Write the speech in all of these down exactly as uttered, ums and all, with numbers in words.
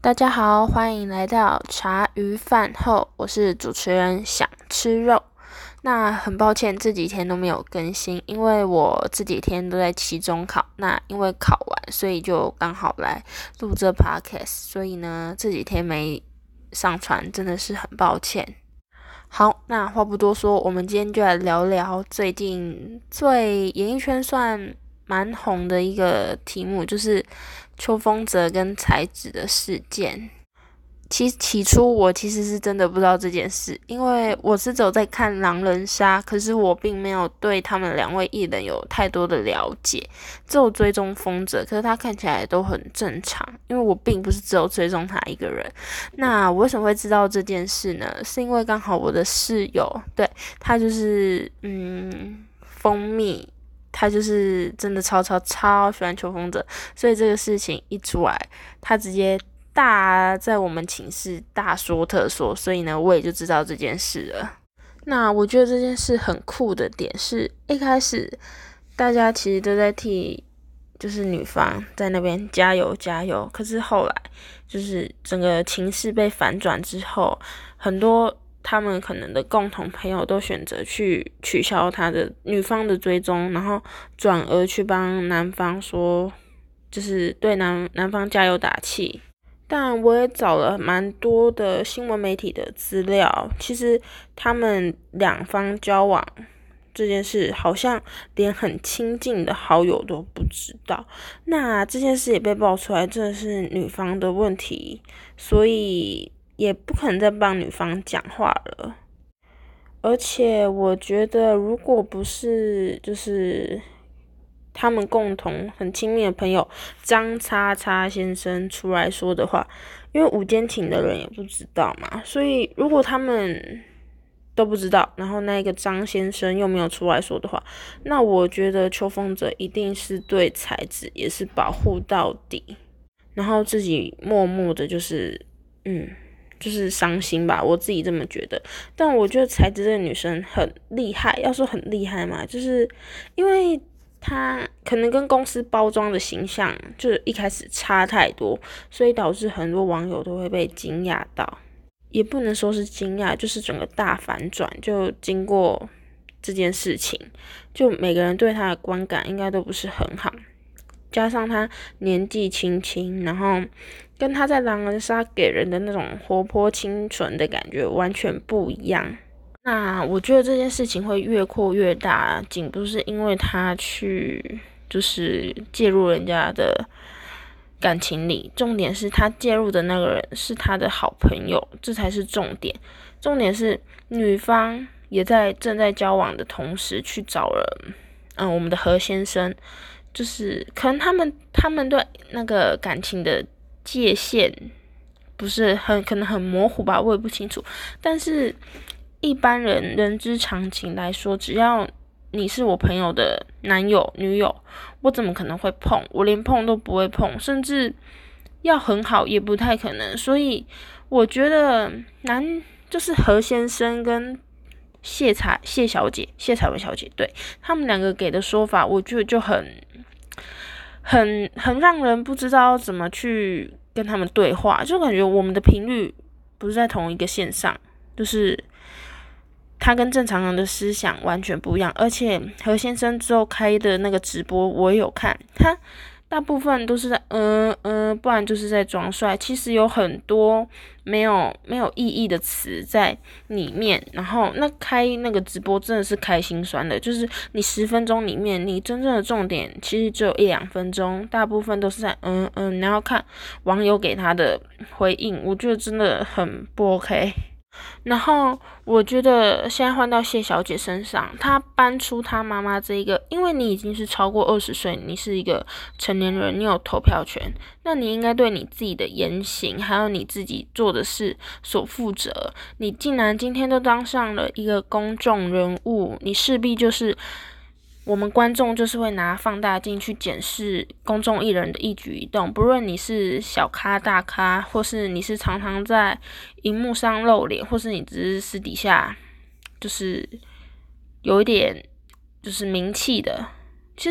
大家好，欢迎来到茶余饭后，我是主持人想吃肉。那很抱歉这几天都没有更新，因为我这几天都在期中考，那因为考完，所以就刚好来录这 podcast， 所以呢这几天没上传，真的是很抱歉。好，那话不多说，我们今天就来聊聊最近最演艺圈算蛮红的一个题目，就是邱锋泽跟才子的事件。其起初我其实是真的不知道这件事，因为我是只有在看狼人杀，可是我并没有对他们两位艺人有太多的了解，只有追踪锋泽，可是他看起来都很正常，因为我并不是只有追踪他一个人。那我为什么会知道这件事呢？是因为刚好我的室友，对，他就是嗯蜂蜜，他就是真的超超超喜欢邱锋泽，所以这个事情一出来，他直接大在我们寝室大说特说，所以呢我也就知道这件事了。那我觉得这件事很酷的点是，一开始大家其实都在替就是女方在那边加油加油，可是后来就是整个情势被反转之后，很多他们可能的共同朋友都选择去取消他的女方的追踪，然后转而去帮男方说，就是对男男方加油打气。但我也找了蛮多的新闻媒体的资料，其实他们两方交往这件事好像连很亲近的好友都不知道。那这件事也被爆出来，真的是女方的问题，所以也不可能再帮女方讲话了。而且我觉得如果不是就是他们共同很亲密的朋友张叉叉先生出来说的话，因为五间情的人也不知道嘛，所以如果他们都不知道，然后那个张先生又没有出来说的话，那我觉得邱锋泽一定是对才子也是保护到底，然后自己默默的就是嗯就是伤心吧，我自己这么觉得。但我觉得才子这个女生很厉害，要说很厉害嘛，就是因为他可能跟公司包装的形象就是一开始差太多，所以导致很多网友都会被惊讶到，也不能说是惊讶，就是整个大反转。就经过这件事情，就每个人对他的观感应该都不是很好，加上他年纪轻轻，然后跟他在狼人杀给人的那种活泼清纯的感觉完全不一样。那我觉得这件事情会越扩越大，仅不是因为他去就是介入人家的感情里，重点是他介入的那个人是他的好朋友，这才是重点。重点是女方也在正在交往的同时去找了嗯我们的何先生，就是可能他们他们对那个感情的界限不是很可能很模糊吧，我也不清楚，但是一般人人之常情来说，只要你是我朋友的男友女友，我怎么可能会碰？我连碰都不会碰，甚至要很好也不太可能。所以我觉得男就是何先生跟谢彩谢小姐谢彩文小姐，对，他们两个给的说法，我觉得就很很很让人不知道怎么去跟他们对话，就感觉我们的频率不是在同一个线上，就是他跟正常人的思想完全不一样。而且何先生之后开的那个直播我也有看，他大部分都是在嗯嗯、呃，不然就是在装帅，其实有很多没有没有意义的词在里面。然后那开那个直播真的是开心酸的，就是你十分钟里面你真正的重点其实只有一两分钟，大部分都是在嗯嗯，然后看网友给他的回应，我觉得真的很不 OK。然后我觉得现在换到谢小姐身上，她搬出她妈妈这一个，因为你已经是超过二十岁，你是一个成年人，你有投票权，那你应该对你自己的言行还有你自己做的事所负责。你竟然今天都当上了一个公众人物，你势必就是我们观众就是会拿放大镜去检视公众艺人的一举一动，不论你是小咖大咖，或是你是常常在荧幕上露脸，或是你只是私底下就是有一点就是名气的，其实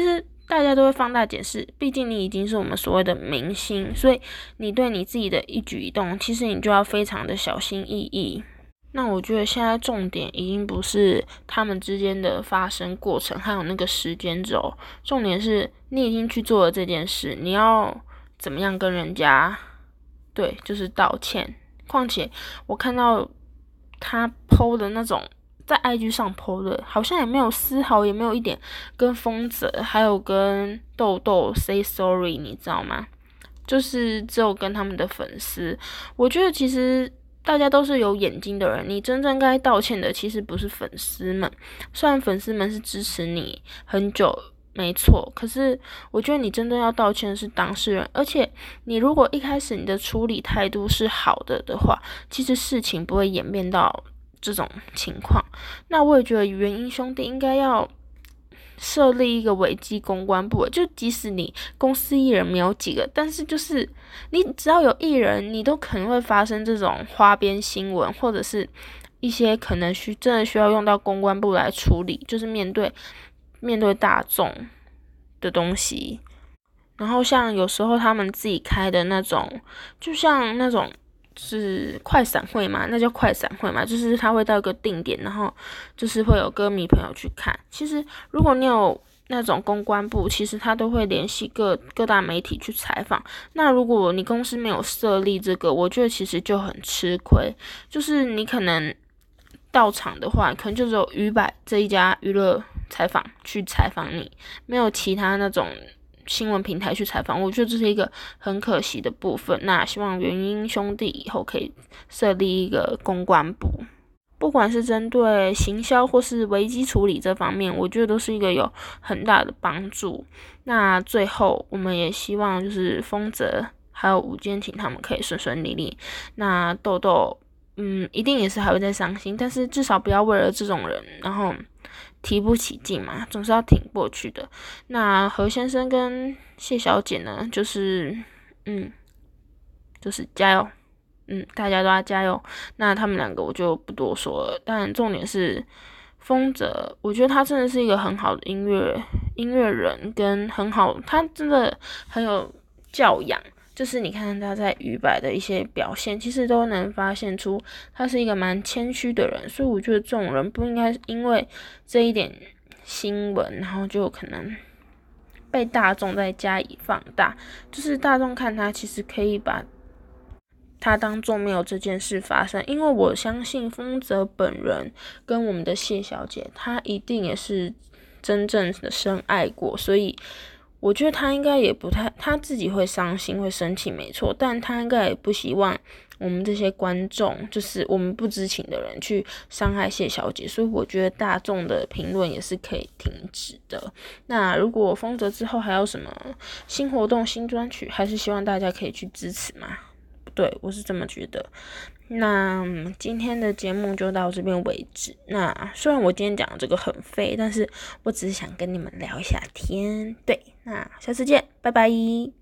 大家都会放大检视，毕竟你已经是我们所谓的明星，所以你对你自己的一举一动，其实你就要非常的小心翼翼。那我觉得现在重点已经不是他们之间的发生过程，还有那个时间轴，重点是你已经去做了这件事，你要怎么样跟人家，对，就是道歉。况且我看到他 po 的那种在 I G 上 po 的，好像也没有丝毫也没有一点跟丰泽还有跟豆豆 say sorry， 你知道吗？就是只有跟他们的粉丝。我觉得其实大家都是有眼睛的人，你真正该道歉的其实不是粉丝们，虽然粉丝们是支持你很久，没错，可是我觉得你真正要道歉的是当事人，而且你如果一开始你的处理态度是好的的话，其实事情不会演变到这种情况。那我也觉得元英兄弟应该要设立一个危机公关部，就即使你公司艺人没有几个，但是就是你只要有艺人，你都可能会发生这种花边新闻，或者是一些可能需真的需要用到公关部来处理，就是面对面对大众的东西。然后像有时候他们自己开的那种，就像那种是快闪会嘛，那叫快闪会嘛，就是他会到一个定点，然后就是会有歌迷朋友去看。其实如果你有那种公关部，其实他都会联系各各大媒体去采访。那如果你公司没有设立这个，我觉得其实就很吃亏，就是你可能到场的话，可能就只有娱百这一家娱乐采访去采访你，没有其他那种新闻平台去采访，我觉得这是一个很可惜的部分。那希望元英兄弟以后可以设立一个公关部，不管是针对行销或是危机处理这方面，我觉得都是一个有很大的帮助。那最后我们也希望就是丰泽还有吴坚情他们可以顺顺利利。那豆豆嗯一定也是还会再伤心，但是至少不要为了这种人然后提不起劲嘛，总是要挺过去的。那何先生跟谢小姐呢，就是嗯，就是加油，嗯，大家都要加油。那他们两个我就不多说了，但重点是丰泽，我觉得他真的是一个很好的音乐音乐人，跟很好，他真的很有教养。就是你看他在娱百的一些表现，其实都能发现出他是一个蛮谦虚的人，所以我觉得这种人不应该因为这一点新闻，然后就可能被大众再加以放大。就是大众看他，其实可以把他当作没有这件事发生，因为我相信丰泽本人跟我们的谢小姐，她一定也是真正的深爱过，所以我觉得他应该也不太，他自己会伤心会生气没错，但他应该也不希望我们这些观众，就是我们不知情的人去伤害谢小姐，所以我觉得大众的评论也是可以停止的。那如果丰泽之后还有什么新活动新专曲，还是希望大家可以去支持嘛，对，我是这么觉得。那今天的节目就到这边为止。那虽然我今天讲的这个很废，但是我只是想跟你们聊一下天。对，那下次见，拜拜。